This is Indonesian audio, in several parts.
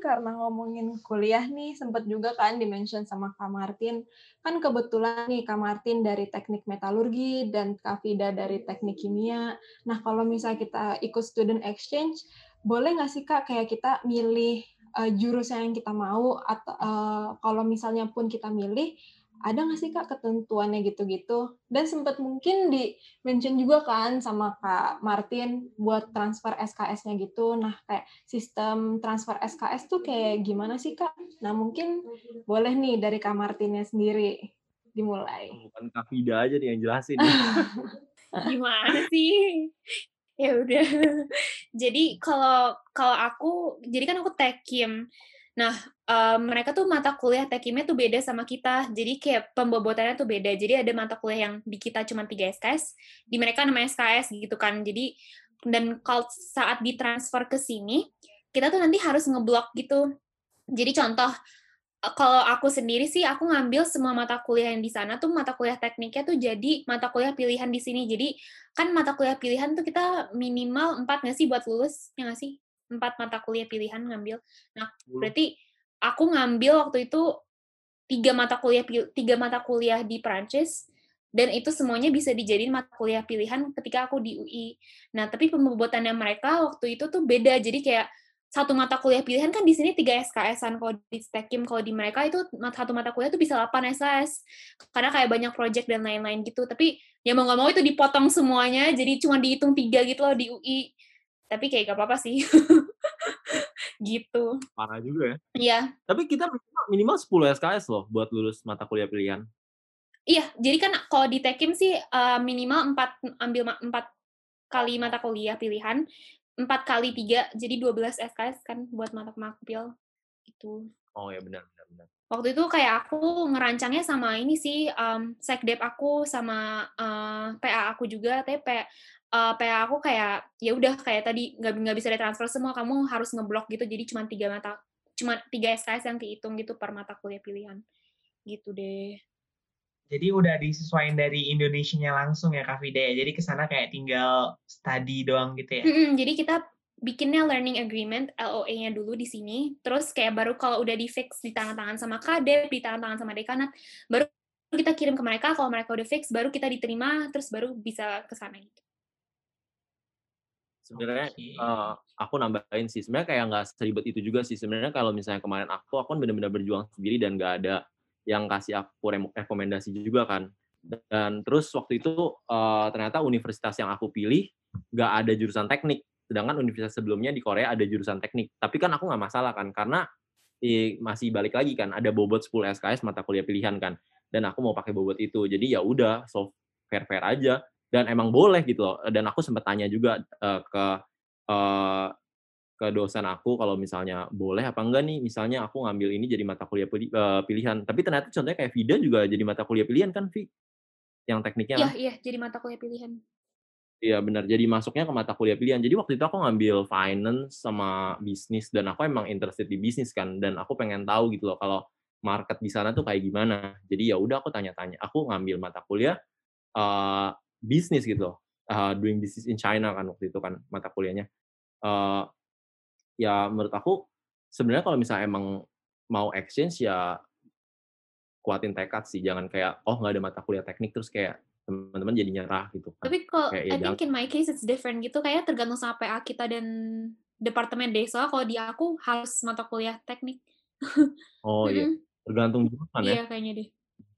karena ngomongin kuliah nih, sempet juga kan di-mention sama Kak Martin. Kan kebetulan nih Kak Martin dari teknik metalurgi dan Kak Vida dari teknik kimia. Nah, kalau misalnya kita ikut student exchange, boleh nggak sih Kak kayak kita milih jurusan yang kita mau atau kalau misalnya pun kita milih, ada nggak sih Kak ketentuannya gitu-gitu? Dan sempat mungkin di-mention juga kan sama Kak Martin buat transfer SKS-nya gitu. Nah, kayak sistem transfer SKS tuh kayak gimana sih Kak? Nah, mungkin boleh nih dari Kak Martinnya sendiri dimulai. Bukan Kak Vida aja nih yang jelasin nih. Gimana sih? Ya udah. Jadi kalau kalau aku, jadi kan aku Tekim. Nah, mereka tuh mata kuliah Tekimnya tuh beda sama kita. Jadi kayak pembobotannya tuh beda. Jadi ada mata kuliah yang di kita cuma 3 SKS, di mereka namanya SKS gitu kan. Jadi dan kalau saat ditransfer ke sini, kita tuh nanti harus ngeblok gitu. Jadi contoh, kalau aku sendiri sih, aku ngambil semua mata kuliah yang di sana tuh mata kuliah tekniknya tuh jadi mata kuliah pilihan di sini. Jadi, kan mata kuliah pilihan tuh kita minimal 4 nggak sih buat lulus, ya nggak sih? 4 mata kuliah pilihan ngambil. Nah, 10. berarti aku ngambil waktu itu 3 mata kuliah di Perancis, dan itu semuanya bisa dijadiin mata kuliah pilihan ketika aku di UI. Nah, tapi pembobotannya mereka waktu itu tuh beda. Jadi kayak satu mata kuliah pilihan kan di sini 3 SKS-an, kalau di Stekim, kalau di mereka itu satu mata kuliah tuh bisa 8 SKS. Karena kayak banyak project dan lain-lain gitu. Tapi ya mau nggak mau itu dipotong semuanya, jadi cuma dihitung 3 gitu loh di UI. Tapi kayak nggak apa-apa sih. Gitu. Parah juga ya. Iya. Tapi kita minimal 10 SKS loh buat lulus mata kuliah pilihan. Iya, jadi kan kalau di Tekim sih, minimal 4 kali mata kuliah pilihan, 4 kali 3, jadi 12 SKS kan buat mata makpil, gitu. Oh ya, benar benar benar. Waktu itu kayak aku ngerancangnya sama ini sih, sekdep aku sama, PA aku juga, tapi PA aku kayak, ya udah kayak tadi, nggak bisa ditransfer semua, kamu harus ngeblok gitu, jadi cuma 3 SKS yang kehitung gitu per mata kuliah pilihan, gitu deh. Jadi udah disesuaiin dari Indonesianya langsung ya Kak Vida ya? Jadi ke sana kayak tinggal study doang gitu ya? Jadi kita bikinnya learning agreement, LOA-nya dulu di sini, terus kayak baru kalau udah di-fix ditandatangan sama kadep, ditandatangan sama dekanat, baru kita kirim ke mereka, kalau mereka udah fix, baru kita diterima, terus baru bisa ke sana gitu. Sebenarnya, Oke. aku nambahin sih, sebenarnya kayak nggak seribet itu juga sih. Sebenarnya kalau misalnya kemarin aku kan benar-benar berjuang sendiri dan nggak ada yang kasih aku rekomendasi juga kan. Dan terus waktu itu, ternyata universitas yang aku pilih nggak ada jurusan teknik, sedangkan universitas sebelumnya di Korea ada jurusan teknik. Tapi kan aku nggak masalah kan, karena, masih balik lagi kan, ada bobot 10 SKS mata kuliah pilihan kan, dan aku mau pakai bobot itu. Jadi ya udah, so fair-fair aja. Dan emang boleh gitu loh, dan aku sempet tanya juga, eee, ke dosen aku kalau misalnya boleh apa enggak nih, misalnya aku ngambil ini jadi mata kuliah pilihan. Tapi ternyata contohnya kayak Vida juga jadi mata kuliah pilihan kan, Vi? Yang tekniknya Iya kan? iya, jadi mata kuliah pilihan. Iya benar, jadi masuknya ke mata kuliah pilihan. Jadi waktu itu aku ngambil finance sama bisnis dan aku emang interested di bisnis kan, dan aku pengen tahu gitu loh kalau market di sana tuh kayak gimana. Jadi ya udah aku tanya-tanya, aku ngambil mata kuliah, eee, bisnis gitu loh, doing business in China kan waktu itu kan mata kuliahnya. Eee, ya menurut aku sebenarnya kalau misalnya emang mau exchange ya kuatin tekad sih, jangan kayak, "Oh nggak ada mata kuliah teknik," terus kayak teman-teman jadi nyerah gitu kan. Tapi kalau Kayak ya I jangan. think in my case it's different gitu, kayaknya tergantung sama PA kita dan departemen deh, soalnya kalau di aku harus mata kuliah teknik. Oh iya, Mhm, tergantung jurusan ya. iya kayaknya deh.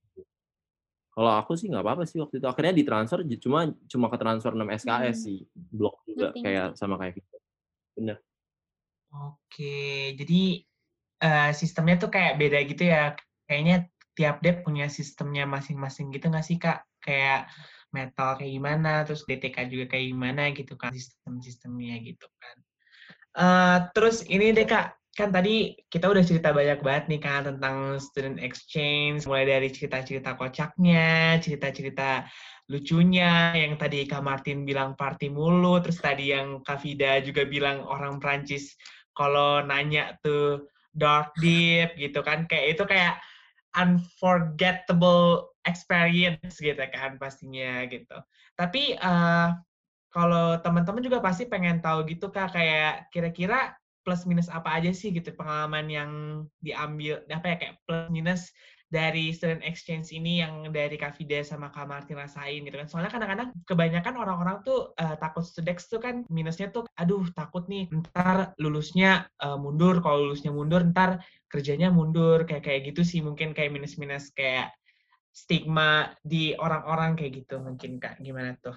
Kalau aku sih nggak apa-apa sih waktu itu, akhirnya ditransfer cuma cuma ketransfer 6 SKS Mhm, sih, blok juga ngerti kayak ngerti. sama kayak Vita, bener. Oke, jadi, sistemnya tuh kayak beda gitu ya? Kayaknya tiap dep punya sistemnya masing-masing gitu nggak sih, Kak? Kayak metal kayak gimana, terus DTK juga kayak gimana gitu kan sistem-sistemnya gitu kan. Terus ini deh, Kak, kan tadi kita udah cerita banyak banget nih, Kak, tentang student exchange, mulai dari cerita-cerita kocaknya, cerita-cerita lucunya, yang tadi Kak Martin bilang party mulu, terus tadi yang Kak Vida juga bilang orang Prancis kalau nanya tuh dark deep gitu kan, kayak itu kayak unforgettable experience gitu kan pastinya gitu. Tapi, kalau teman-teman juga pasti pengen tahu gitu, Kak, kayak kira-kira plus minus apa aja sih gitu pengalaman yang diambil, apa ya, kayak plus minus dari student exchange ini yang dari Kak Vida sama Kak Martin rasain gitu kan. Soalnya kadang-kadang kebanyakan orang-orang tuh takut studex tuh kan minusnya tuh, aduh takut nih ntar lulusnya mundur, kalau lulusnya mundur ntar kerjanya mundur, kayak gitu sih mungkin kayak minus-minus kayak stigma di orang-orang kayak gitu mungkin Kak. Gimana tuh?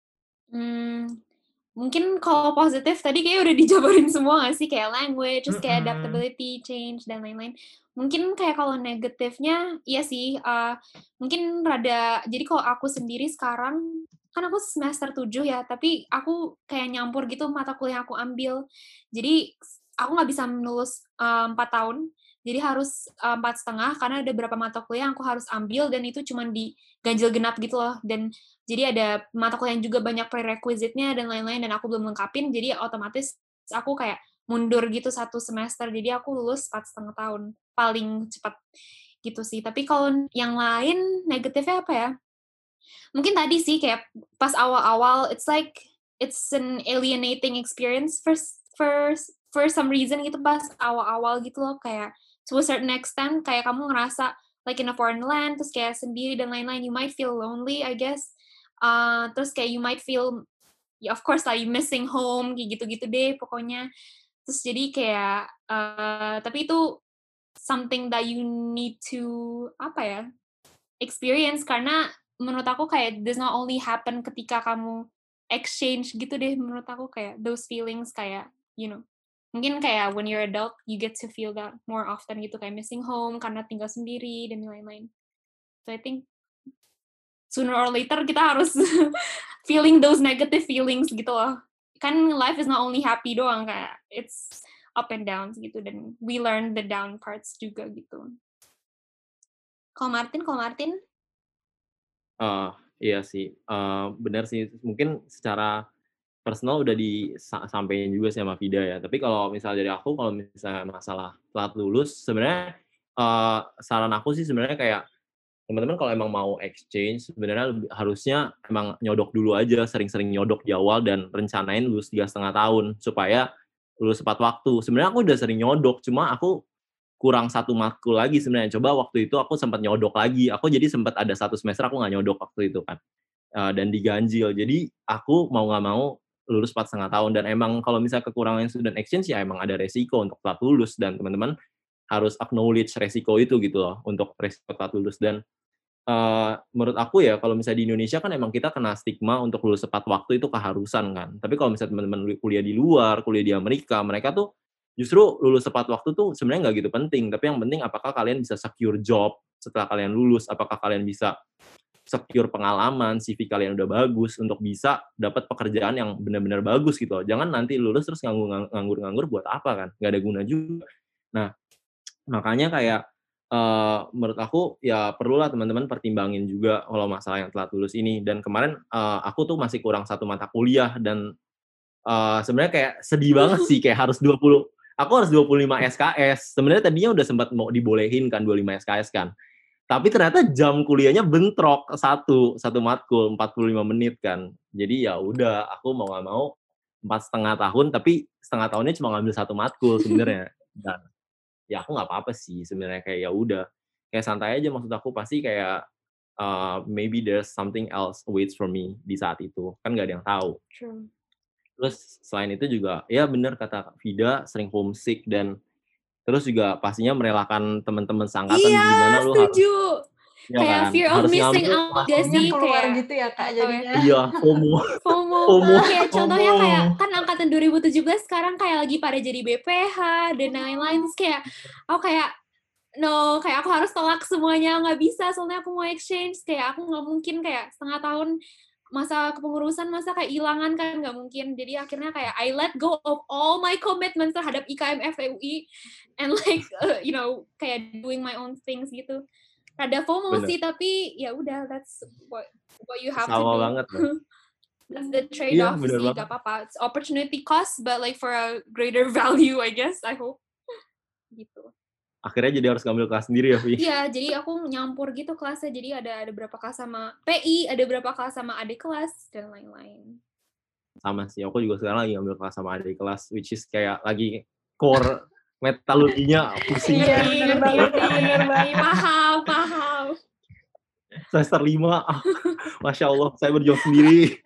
Mungkin kalau positif tadi kayak udah dijabarin semua nggak sih, kayak language, terus kayak Mm-mm. adaptability, change, dan lain-lain. Mungkin kayak kalau negatifnya, iya sih, mungkin rada, jadi kalau aku sendiri sekarang, kan aku semester 7 ya, tapi aku kayak nyampur gitu mata kuliah yang aku ambil. Jadi aku nggak bisa lulus 4 tahun, jadi harus 4,5 karena ada beberapa mata kuliah yang aku harus ambil dan itu cuma di ganjil genap gitu loh. Dan jadi ada mata kuliah yang juga banyak prerequisite-nya dan lain-lain dan aku belum lengkapin, jadi otomatis aku kayak mundur gitu 1 semester, jadi aku lulus 4,5 tahun, paling cepat gitu sih. Tapi kalau yang lain negatifnya apa ya? Mungkin tadi sih kayak pas awal-awal it's like it's an alienating experience for some reason gitu pas awal-awal gitu loh, kayak to a certain extent kayak kamu ngerasa like in a foreign land terus kayak sendiri dan lain-lain, you might feel lonely I guess. Terus kayak you might feel, ya of course lah, you missing home kayak gitu-gitu deh pokoknya. Terus jadi kayak tapi itu something that you need to apa ya, experience, karena menurut aku kayak does not only happen ketika kamu exchange gitu deh, menurut aku kayak those feelings kayak, you know, mungkin kayak when you're adult you get to feel that more often gitu, kayak missing home karena tinggal sendiri dan lain-lain. So I think sooner or later kita harus feeling those negative feelings gitu loh. Kan life is not only happy doang, kayak it's up and downs gitu, dan we learn the down parts juga gitu. Kalau Martin? Iya sih, benar sih. Mungkin secara personal udah disampaikan juga sih sama Vida ya. Tapi kalau misalnya dari aku, kalau misalnya masalah telat lulus, sebenarnya saran aku sih sebenarnya kayak teman-teman kalau emang mau exchange, sebenarnya harusnya emang nyodok dulu aja, sering-sering nyodok di awal dan rencanain lulus 3,5 tahun supaya lulus tepat waktu. Sebenarnya aku udah sering nyodok, cuma aku kurang 1 matkul lagi sebenarnya. Coba waktu itu aku sempat nyodok lagi. Aku jadi sempat ada 1 semester aku nggak nyodok waktu itu kan, dan diganjil. Jadi aku mau nggak mau lulus 4,5 tahun, dan emang kalau misalnya kekurangan student exchange ya emang ada resiko untuk telat lulus, dan teman-teman harus acknowledge resiko itu gitu loh, untuk resiko telat lulus. Dan menurut aku ya, kalau misalnya di Indonesia kan emang kita kena stigma untuk lulus tepat waktu itu keharusan kan. Tapi kalau misalnya teman-teman kuliah di luar, kuliah di Amerika, mereka tuh justru lulus tepat waktu tuh sebenarnya nggak gitu penting. Tapi yang penting apakah kalian bisa secure job setelah kalian lulus, apakah kalian bisa secure pengalaman, CV kalian udah bagus untuk bisa dapat pekerjaan yang benar-benar bagus gitu loh. Jangan nanti lulus terus nganggur-nganggur buat apa kan? Nggak ada guna juga. Nah, makanya kayak menurut aku ya perlulah teman-teman pertimbangin juga kalau masalah yang telat lulus ini. Dan kemarin aku tuh masih kurang 1 mata kuliah, dan sebenarnya kayak sedih banget sih, kayak aku harus 25 SKS. Sebenarnya tadinya udah sempat mau dibolehin kan 25 SKS kan. Tapi ternyata jam kuliahnya bentrok satu matkul 45 menit kan. Jadi ya udah, aku mau nggak mau 4,5 tahun, tapi setengah tahunnya cuma ngambil 1 matkul sebenarnya. Dan ya aku nggak apa-apa sih sebenarnya, kayak ya udah, kayak santai aja. Maksud aku pasti kayak maybe there's something else waits for me di saat itu, kan nggak ada yang tahu. True. Terus selain itu juga ya bener kata Vida, sering homesick, dan terus juga pastinya merelakan teman-teman seangkatan, Iya, gimana lu harus, setuju. ya Kayak kan, fear of harus missing ngambil out kelas gak Jadinya sih, keluar kayak gitu ya Kak apa ya? jadinya. iya, FOMO. FOMO. FOMO. Kayak contohnya FOMO. kayak kan angkatan 2017 sekarang kayak lagi pada jadi BPH dan lain-lain, terus kayak aku kayak no, kayak aku harus tolak semuanya, nggak bisa soalnya aku mau exchange, kayak aku nggak mungkin kayak setengah tahun masa kepengurusan, masa kayak ilangan kan nggak mungkin. Jadi akhirnya kayak I let go of all my commitments terhadap IKM FEUI and like you know, kayak doing my own things gitu. Rada FOMO Bener, sih, tapi ya udah, that's what you have to sama do. banget loh. That's the Iya, trade-off bener sih, banget. gak apa-apa. It's opportunity cost, but like for a greater value, I guess, I hope. Gitu. Akhirnya jadi harus ngambil kelas sendiri ya, Vi? Iya, jadi aku nyampur gitu kelasnya. Jadi ada berapa kelas sama PI, ada berapa kelas sama adik kelas, dan lain-lain. Sama sih, aku juga sekarang lagi ngambil kelas sama adik kelas, which is kayak lagi core metalurginya pusing. Iya, Ngerti, bener ngerti, banget, ngerti. bener banget. Paham. Semester 5, Masya Allah, saya berjuang sendiri.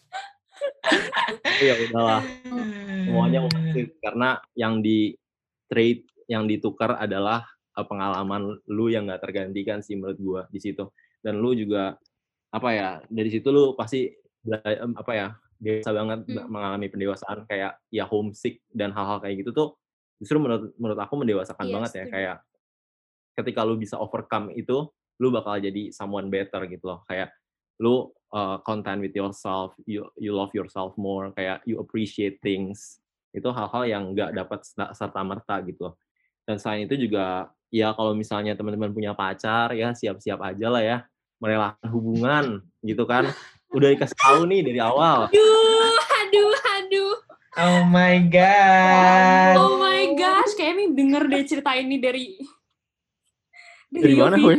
Ya udahlah, semuanya worth it. Karena yang di trade, yang ditukar adalah pengalaman lu yang nggak tergantikan sih menurut gua di situ. Dan lu juga dari situ lu pasti biasa banget mengalami pendewasaan, kayak ya homesick dan hal-hal kayak gitu tuh justru menurut aku mendewasakan banget ya. Setuju. Kayak ketika lu bisa overcome itu, lu bakal jadi someone better gitu loh. Kayak lu content with yourself, you love yourself more, kayak you appreciate things. Itu hal-hal yang nggak dapat serta-merta gitu loh. Dan selain itu juga, ya kalau misalnya teman-teman punya pacar, ya siap-siap aja lah ya merelakan hubungan gitu kan. Udah dikasih tahu nih dari awal. Aduh. Oh my god. Oh my gosh, kayaknya denger deh cerita ini dari mana, Win?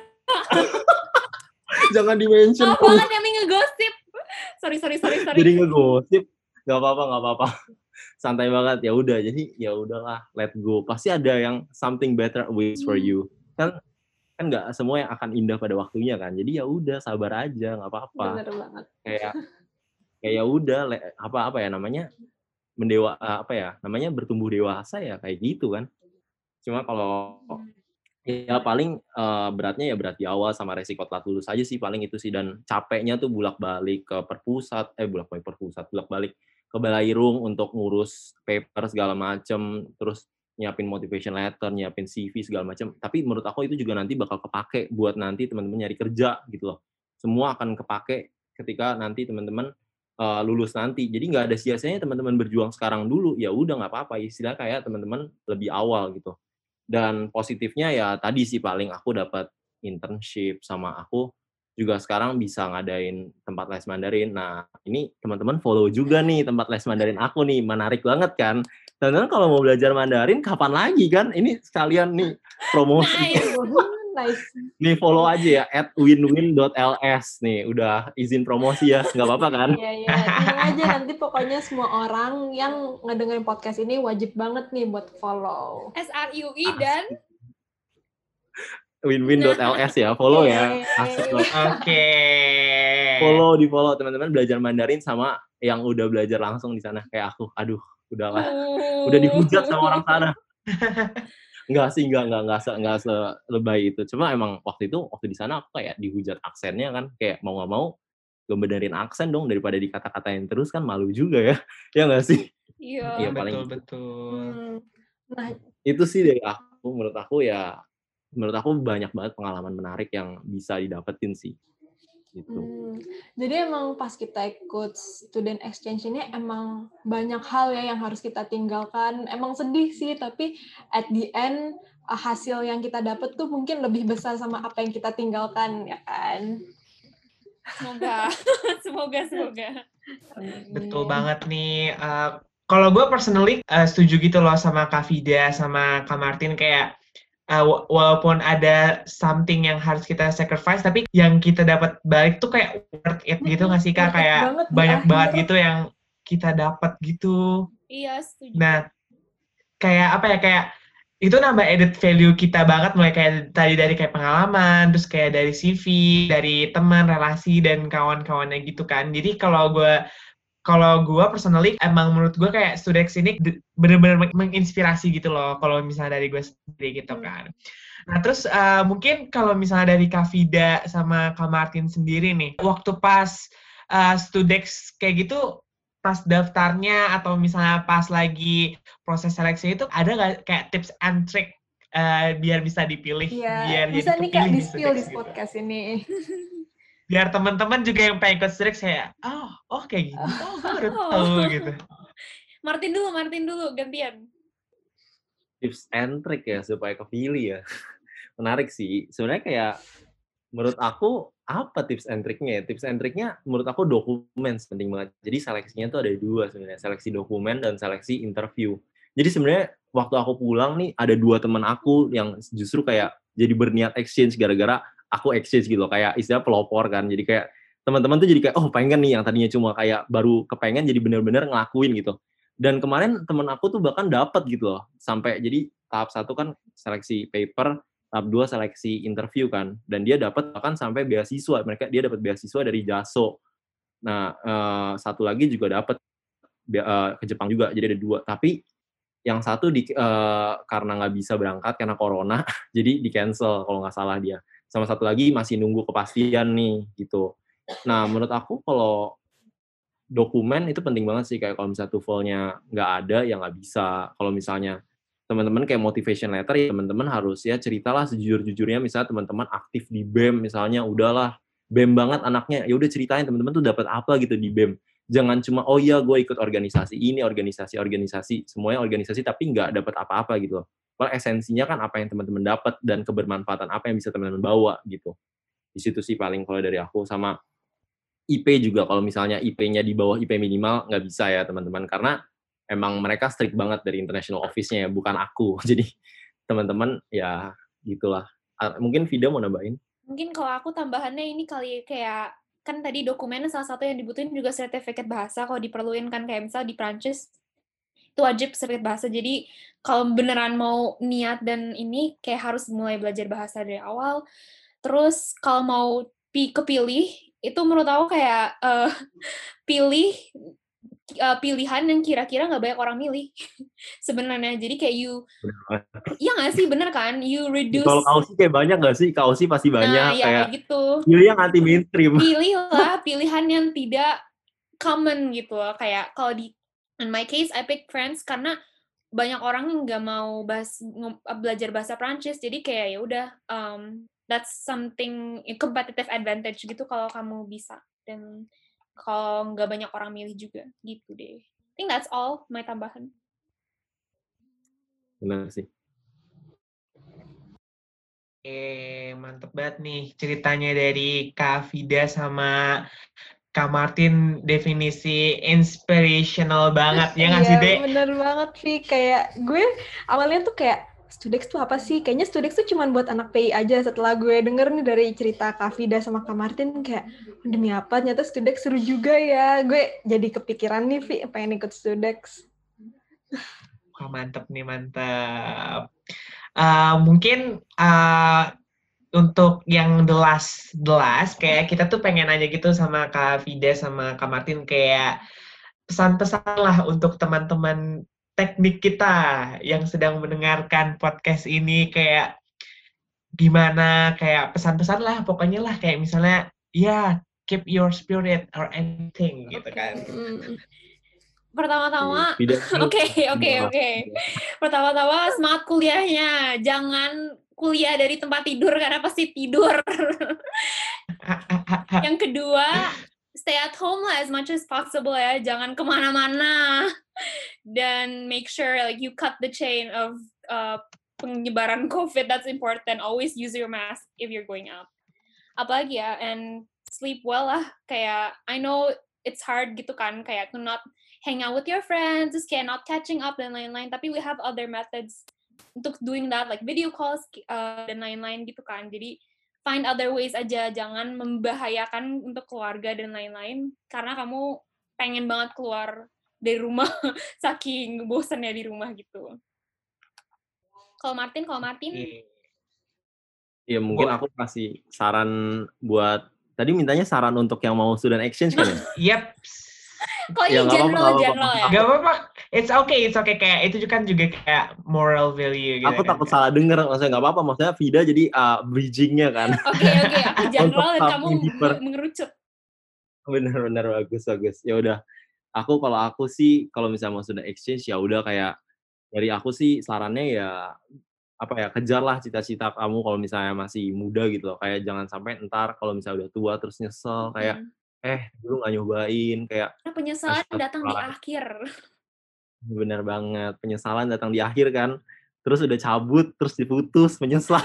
Jangan di-mention. Maaf banget yang ngegosip. Sorry. Jadi ngegosip. Gak apa-apa. Santai banget. Ya udah, jadi ya udahlah, let go. Pasti ada yang something better waits for you. Kan nggak semua yang akan indah pada waktunya kan. Jadi ya udah, sabar aja, nggak apa-apa. Bener banget. Kayak ya udah, namanya bertumbuh dewasa ya kayak gitu kan. Cuma kalau ya paling beratnya ya berat di awal sama resiko telat lulus aja sih paling itu sih. Dan capeknya tuh bolak-balik ke bolak-balik ke Balairung untuk ngurus paper segala macem, terus nyiapin motivation letter, nyiapin CV segala macam. Tapi menurut aku itu juga nanti bakal kepake buat nanti teman-teman nyari kerja gitu loh. Semua akan kepake ketika nanti teman-teman lulus nanti. Jadi nggak ada sia-sianya teman-teman berjuang sekarang dulu. Ya udah nggak apa-apa. Istilah kayak teman-teman lebih awal gitu. Dan positifnya ya tadi sih paling aku dapat internship, sama aku juga sekarang bisa ngadain tempat les Mandarin. Nah, ini teman-teman follow juga nih tempat les Mandarin aku nih. Menarik banget kan? Teman-teman kalau mau belajar Mandarin kapan lagi kan? Ini sekalian nih promosi. Nice. Nih follow aja ya @winwin.ls nih, udah izin promosi ya, nggak apa-apa kan? Iya, tenang aja, nanti pokoknya semua orang yang ngedengerin podcast ini wajib banget nih buat follow. SRUI dan winwin.ls ya, follow ya. Asik loh. Oke. Di follow teman-teman belajar Mandarin sama yang udah belajar langsung di sana kayak aku. Aduh, udahlah. Udah dihujat sama orang sana. Enggak sih, enggak selebay itu. Cuma emang waktu di sana aku kayak dihujat aksennya kan, kayak mau nggak mau gue benerin aksen dong daripada dikata-katain terus kan malu juga ya. Ya nggak sih? Iya. Iya, paling Betul. Nah, itu sih dari aku. Menurut aku banyak banget pengalaman menarik yang bisa didapetin sih. Gitu. Jadi emang pas kita ikut student exchange ini emang banyak hal ya yang harus kita tinggalkan. Emang sedih sih, tapi at the end hasil yang kita dapat tuh mungkin lebih besar sama apa yang kita tinggalkan, ya kan? Semoga. Betul banget nih. Kalau gue personally setuju gitu loh sama Kak Vida sama Kak Martin, kayak walaupun ada something yang harus kita sacrifice, tapi yang kita dapat balik tuh kayak worth it gitu nggak sih Kak? Kayak banyak banget gitu yang kita dapat gitu. Iya, setuju. Nah, kayak itu nambah added value kita banget, mulai kayak tadi dari kayak pengalaman, terus kayak dari CV, dari teman, relasi, dan kawan-kawannya gitu kan. Jadi kalau gue personally, emang menurut gue kayak Studex ini bener-bener menginspirasi gitu loh, kalau misalnya dari gue sendiri gitu kan. Nah terus mungkin kalau misalnya dari Kak Vida sama Kak Martin sendiri nih, waktu pas Studex kayak gitu, pas daftarnya atau misalnya pas lagi proses seleksi itu, ada nggak kayak tips and trick biar bisa dipilih? Iya, biar bisa jadi nih Kak kepilih di-spill di Studex podcast ini. Biar teman-teman juga yang pengen ikut Studex kayak, oh kayak gini, gue baru tahu gitu. Martin dulu, gantian. Tips and trick ya supaya kepilih ya. Menarik sih. Sebenarnya kayak menurut aku apa tips and tricknya ya? Tips and tricknya menurut aku dokumen penting banget. Jadi seleksinya tuh ada 2 sebenarnya, seleksi dokumen dan seleksi interview. Jadi sebenarnya waktu aku pulang nih ada 2 teman aku yang justru kayak jadi berniat exchange gara-gara aku exchange gitu loh, kayak istilah pelopor kan. Jadi kayak teman-teman tuh jadi kayak pengen nih yang tadinya cuma kayak baru kepengen jadi bener-bener ngelakuin gitu. Dan kemarin temen aku tuh bahkan dapat gitu loh. Sampai jadi tahap 1 kan seleksi paper, tahap 2 seleksi interview kan. Dan dia dapat bahkan sampai beasiswa. Dia dapat beasiswa dari JASO. Nah, satu lagi juga dapat ke Jepang juga. Jadi ada 2. Tapi yang satu karena nggak bisa berangkat karena corona, jadi di-cancel kalau nggak salah dia. Sama satu lagi masih nunggu kepastian nih, gitu. Nah, menurut aku kalau dokumen itu penting banget sih, kayak kalau misalnya TOEFL-nya nggak ada, ya nggak bisa. Kalau misalnya teman-teman kayak motivation letter, ya teman-teman harus ya ceritalah sejujur-jujurnya, misalnya teman-teman aktif di BEM, misalnya udahlah, BEM banget anaknya, ya udah ceritain teman-teman tuh dapat apa gitu di BEM. Jangan cuma, oh iya gue ikut organisasi ini, organisasi, semuanya organisasi, tapi nggak dapat apa-apa gitu loh. Kalau esensinya kan apa yang teman-teman dapat dan kebermanfaatan apa yang bisa teman-teman bawa gitu. Di situ sih paling kalau dari aku. Sama IP juga, kalau misalnya IP-nya di bawah IP minimal, nggak bisa ya teman-teman, karena emang mereka strict banget dari international office-nya ya, bukan aku. Jadi teman-teman ya gitulah. Mungkin Vida mau nambahin? Mungkin kalau aku tambahannya ini kali, kayak kan tadi dokumennya salah satu yang dibutuhin juga sertifikat bahasa kalau diperluin kan, kayak misal di Prancis itu wajib sertifikat bahasa. Jadi kalau beneran mau niat dan ini kayak harus mulai belajar bahasa dari awal. Terus kalau mau kepilih itu menurut aku kayak pilih pilihan yang kira-kira nggak banyak orang milih sebenarnya. Jadi kayak iya nggak sih, bener kan? You reduce. Kalau Kausi kayak banyak nggak sih? Kausi pasti Nah, banyak. ya kayak gitu. Pilih yang anti mainstream. Pilihlah pilihan yang tidak common gitu loh. Kayak kalau in my case, I pick French karena banyak orang yang nggak mau belajar bahasa Prancis. Jadi kayak ya udah, that's something competitive advantage gitu kalau kamu bisa. Dan kalau nggak banyak orang milih juga gitu deh. I think that's all my tambahan. Benar sih. Mantep banget nih ceritanya dari Kak Vida sama Kak Martin, definisi inspirational banget, ya nggak sih, Dek? Iya, bener banget, Vi. Kayak gue awalnya tuh kayak, Studex tuh apa sih? Kayaknya Studex tuh cuma buat anak PI aja. Setelah gue denger nih dari cerita Kak Vida sama Kak Martin, kayak, demi apa? Ternyata Studex seru juga ya. Gue jadi kepikiran nih, Vi, pengen ikut Studex. Wah, mantep nih, mantep. Mungkin untuk yang the last, kayak kita tuh pengen nanya gitu sama Kak Vida sama Kak Martin, kayak pesan-pesan lah untuk teman-teman teknik kita yang sedang mendengarkan podcast ini, kayak gimana, kayak pesan-pesan lah, pokoknya lah, kayak misalnya, ya, keep your spirit or anything, gitu kan. Pertama-tama, Vida. oke. Pertama-tama semangat kuliahnya. Jangan kuliah dari tempat tidur karena pasti tidur. Yang kedua, stay at home lah as much as possible ya. Jangan kemana-mana. Dan make sure like you cut the chain of penyebaran COVID. That's important. Always use your mask if you're going out. Apalagi ya, and sleep well lah. Kayak, I know it's hard gitu kan, kayak to not hang out with your friends, terus kayak not catching up dan lain-lain. Tapi we have other methods untuk doing that, like video calls dan lain-lain gitu kan. Jadi find other ways aja, jangan membahayakan untuk keluarga dan lain-lain, karena kamu pengen banget keluar dari rumah saking bosannya di rumah gitu. Kalau Martin? Ya mungkin aku kasih saran buat, tadi mintanya saran untuk yang mau student exchange kan ya? Yep. Kok ini general ya? Gak apa-apa. It's okay. Kayak itu kan juga kayak moral value gitu. Aku takut salah denger, maksudnya nggak apa-apa. Maksudnya Vida jadi bridging-nya kan. Oke. Aku general dan kamu mengerucut. Bener, bagus. Ya udah. Kalau aku sih, kalau misalnya mau student exchange, ya udah kayak dari aku sih sarannya ya kejarlah cita-cita kamu kalau misalnya masih muda gitu loh. Kayak jangan sampai ntar kalau misalnya udah tua terus nyesel kayak dulu nggak nyobain, kayak penyesalan datang di akhir. Bener banget, penyesalan datang di akhir kan. Terus udah cabut, terus diputus, menyesal.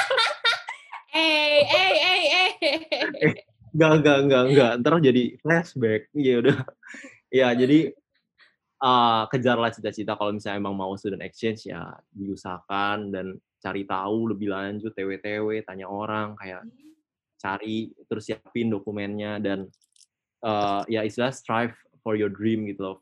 Enggak. Ntar jadi flashback. Ya udah. Ya jadi kejarlah cita-cita. Kalau misalnya emang mau student exchange ya diusahakan dan cari tahu lebih lanjut, TW, tanya orang, kayak cari, terus siapin dokumennya dan ya istilah strive for your dream gitu loh, fight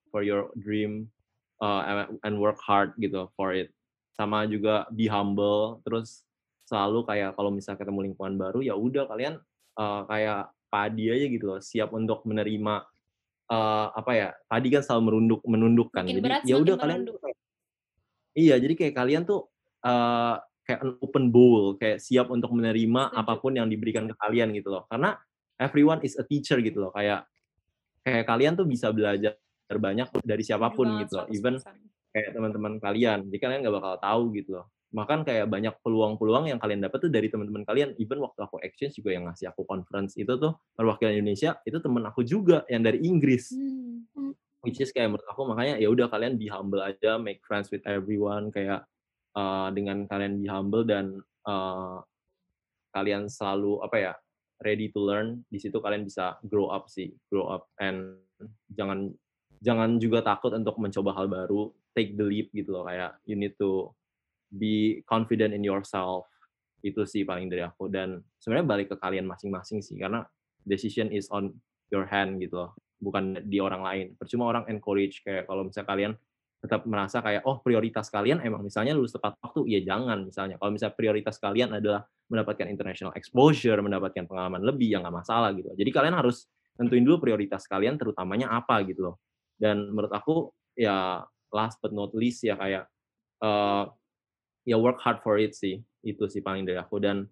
for your dream and work hard gitu for it. Sama juga be humble, terus selalu kayak kalau misalnya ketemu lingkungan baru ya udah kalian kayak padi aja gitu loh, siap untuk menerima padi kan selalu menundukkan. Makin Jadi berat ya udah semakin kalian menunduk. iya, jadi kayak kalian tuh kayak an open bowl, kayak siap untuk menerima Setuju. apapun yang diberikan ke kalian gitu loh. Karena everyone is a teacher gitu loh. Kayak kalian tuh bisa belajar banyak dari Setuju siapapun banget gitu loh. Even 100%. kayak teman-teman kalian. Jadi kalian nggak bakal tahu gitu loh. Bahkan kayak banyak peluang-peluang yang kalian dapat tuh dari teman-teman kalian. Even waktu aku exchange juga yang ngasih aku conference itu tuh perwakilan Indonesia, itu temen aku juga yang dari Inggris. Which is kayak menurut aku makanya ya udah kalian be humble aja, make friends with everyone, kayak dengan kalian be humble dan kalian selalu ready to learn, di situ kalian bisa grow up and jangan juga takut untuk mencoba hal baru, take the leap gitu loh, kayak you need to be confident in yourself. Itu sih paling dari aku, dan sebenarnya balik ke kalian masing-masing sih, karena decision is on your hand gitu loh, bukan di orang lain. Percuma orang encourage kayak kalau misalnya kalian tetap merasa kayak prioritas kalian emang misalnya lulus tepat waktu, ya jangan. Misalnya kalau misalnya prioritas kalian adalah mendapatkan international exposure, mendapatkan pengalaman lebih, ya nggak masalah gitu. Jadi kalian harus tentuin dulu prioritas kalian terutamanya apa gitu loh. Dan menurut aku ya last but not least ya kayak ya work hard for it sih. Itu sih paling dari aku. Dan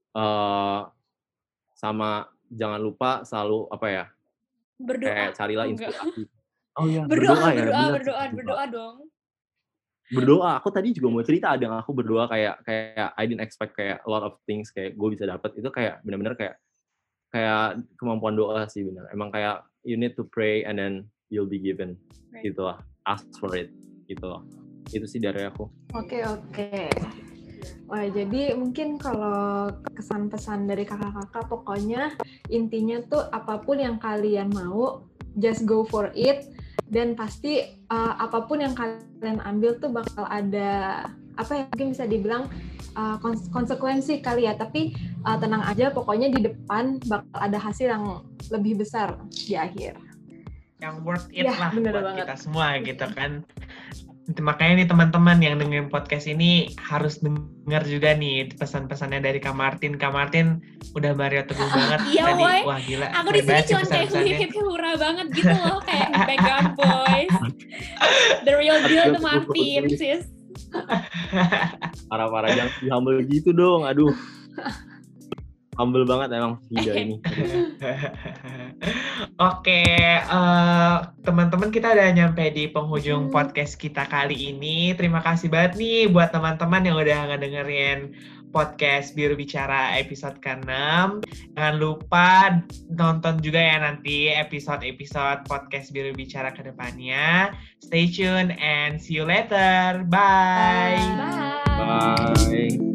sama jangan lupa selalu Berdoa. kayak carilah inspirasi. Oh iya, Berdoa dong. Berdoa. Aku tadi juga mau cerita, ada yang aku berdoa kayak I didn't expect kayak a lot of things kayak gue bisa dapat. Itu kayak benar-benar kayak kemampuan doa sih benar. Emang kayak you need to pray and then you'll be given. Right. Gitu lah. Ask for it. Gitu loh. Itu sih dari aku. Oke. Wah, jadi mungkin kalau kesan pesan dari kakak-kakak, pokoknya intinya tuh apapun yang kalian mau, just go for it. Dan pasti apapun yang kalian ambil tuh bakal ada mungkin bisa dibilang konsekuensi kali ya. Tapi tenang aja, pokoknya di depan bakal ada hasil yang lebih besar di akhir. Yang worth it Ya, lah bener buat banget. kita semua gitu kan. Makanya nih teman-teman yang dengerin podcast ini harus denger juga nih pesan-pesannya dari Kak Martin. Kak Martin udah Mario Teguh banget Iya, tadi. woy. Wah gila. Aku di sini cuma kayak ngeliat hurra banget gitu loh, kayak background voice. The real deal tuh Martin, sis. Parah-parah, jangan di humble gitu dong. Aduh. Humble banget emang Vida ini. Oke, teman-teman, kita udah nyampe di penghujung podcast kita kali ini. Terima kasih banget nih buat teman-teman yang udah ngedengerin podcast Biru Bicara episode ke-6. Jangan lupa nonton juga ya nanti episode-episode podcast Biru Bicara ke depannya. Stay tuned and see you later. Bye. Bye. Bye.